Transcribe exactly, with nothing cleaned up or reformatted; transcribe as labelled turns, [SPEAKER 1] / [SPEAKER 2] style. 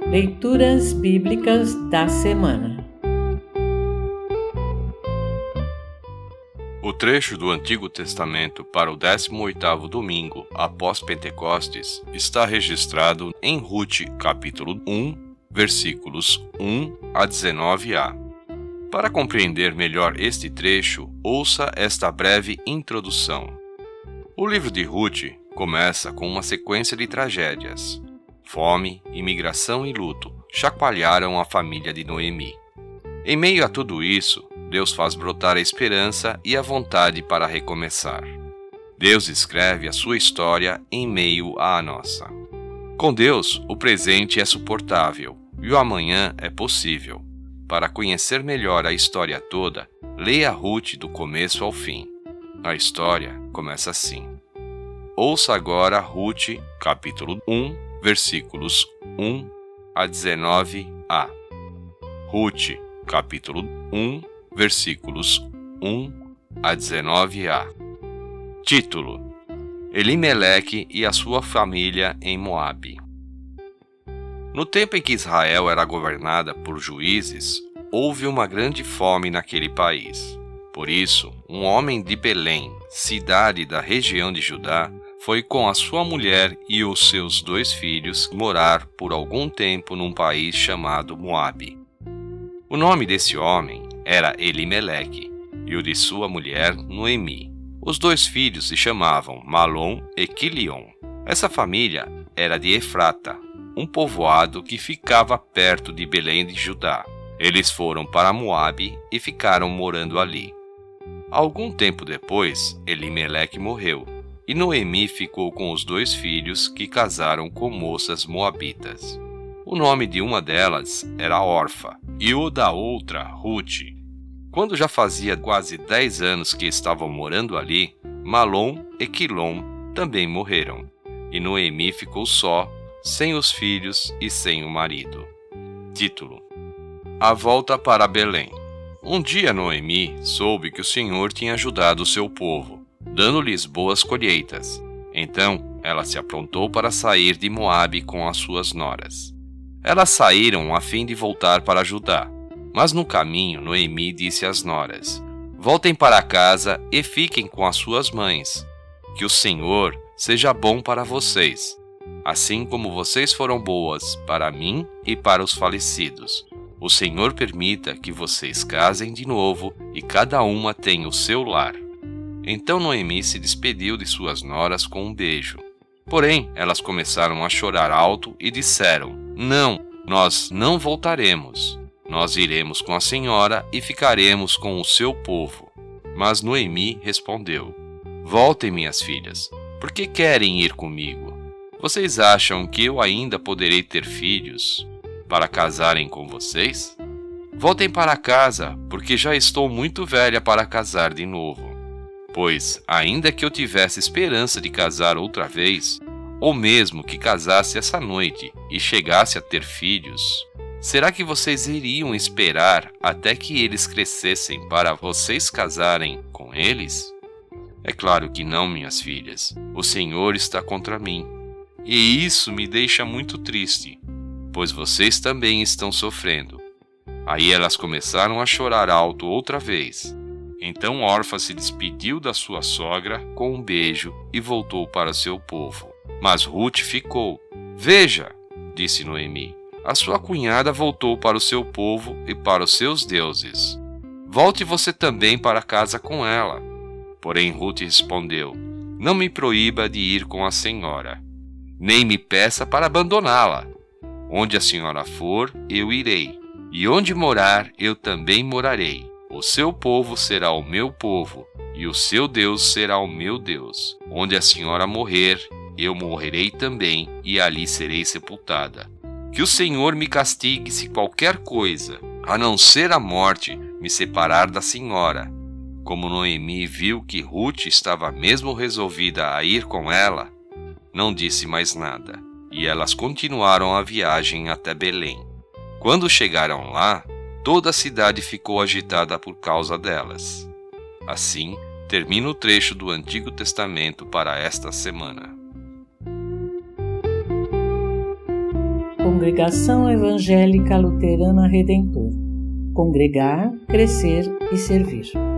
[SPEAKER 1] Leituras Bíblicas da Semana.
[SPEAKER 2] O trecho do Antigo Testamento para o décimo oitavo domingo após Pentecostes está registrado em Rute, capítulo um, versículos um a dezenove a. Para compreender melhor este trecho, ouça esta breve introdução. O livro de Rute começa com uma sequência de tragédias. Fome, imigração e luto chacoalharam a família de Noemi. Em meio a tudo isso, Deus faz brotar a esperança e a vontade para recomeçar. Deus escreve a sua história em meio à nossa. Com Deus, o presente é suportável e o amanhã é possível. Para conhecer melhor a história toda, leia Rute do começo ao fim. A história começa assim. Ouça agora Rute, capítulo um, versículos um a dezenove a. Rute, capítulo um, versículos um a dezenove a. Título: Elimeleque e a sua família em Moabe. No tempo em que Israel era governada por juízes, houve uma grande fome naquele país. Por isso, um homem de Belém, cidade da região de Judá, foi com a sua mulher e os seus dois filhos morar por algum tempo num país chamado Moabe. O nome desse homem era Elimeleque e o de sua mulher Noemi. Os dois filhos se chamavam Malom e Quilion. Essa família era de Efrata, um povoado que ficava perto de Belém de Judá. Eles foram para Moabe e ficaram morando ali. Algum tempo depois, Elimeleque morreu. E Noemi ficou com os dois filhos que casaram com moças moabitas. O nome de uma delas era Orfa e o da outra Rute. Quando já fazia quase dez anos que estavam morando ali, Malom e Quilom também morreram. E Noemi ficou só, sem os filhos e sem o marido. Título: A volta para Belém. Um dia Noemi soube que o Senhor tinha ajudado o seu povo, dando-lhes boas colheitas. Então, ela se aprontou para sair de Moabe com as suas noras. Elas saíram a fim de voltar para Judá. Mas no caminho, Noemi disse às noras: Voltem para casa e fiquem com as suas mães. Que o Senhor seja bom para vocês, assim como vocês foram boas para mim e para os falecidos. O Senhor permita que vocês casem de novo e cada uma tenha o seu lar. Então Noemi se despediu de suas noras com um beijo. Porém, elas começaram a chorar alto e disseram: Não, nós não voltaremos. Nós iremos com a senhora e ficaremos com o seu povo. Mas Noemi respondeu: Voltem, minhas filhas, por que querem ir comigo? Vocês acham que eu ainda poderei ter filhos para casarem com vocês? Voltem para casa, porque já estou muito velha para casar de novo. Pois, ainda que eu tivesse esperança de casar outra vez, ou mesmo que casasse essa noite e chegasse a ter filhos, será que vocês iriam esperar até que eles crescessem para vocês casarem com eles? É claro que não, minhas filhas. O Senhor está contra mim. E isso me deixa muito triste, pois vocês também estão sofrendo. Aí elas começaram a chorar alto outra vez. Então Orfa se despediu da sua sogra com um beijo e voltou para seu povo. Mas Rute ficou. Veja, disse Noemi, a sua cunhada voltou para o seu povo e para os seus deuses. Volte você também para casa com ela. Porém Rute respondeu: Não me proíba de ir com a senhora, nem me peça para abandoná-la. Onde a senhora for, eu irei, e onde morar, eu também morarei. O seu povo será o meu povo, e o seu Deus será o meu Deus. Onde a senhora morrer, eu morrerei também, e ali serei sepultada. Que o Senhor me castigue se qualquer coisa, a não ser a morte, me separar da senhora. Como Noemi viu que Rute estava mesmo resolvida a ir com ela, não disse mais nada, e elas continuaram a viagem até Belém. Quando chegaram lá, toda a cidade ficou agitada por causa delas. Assim, termina o trecho do Antigo Testamento para esta semana.
[SPEAKER 1] O Congregação Evangélica Luterana Redentor. Congregar, crescer e servir.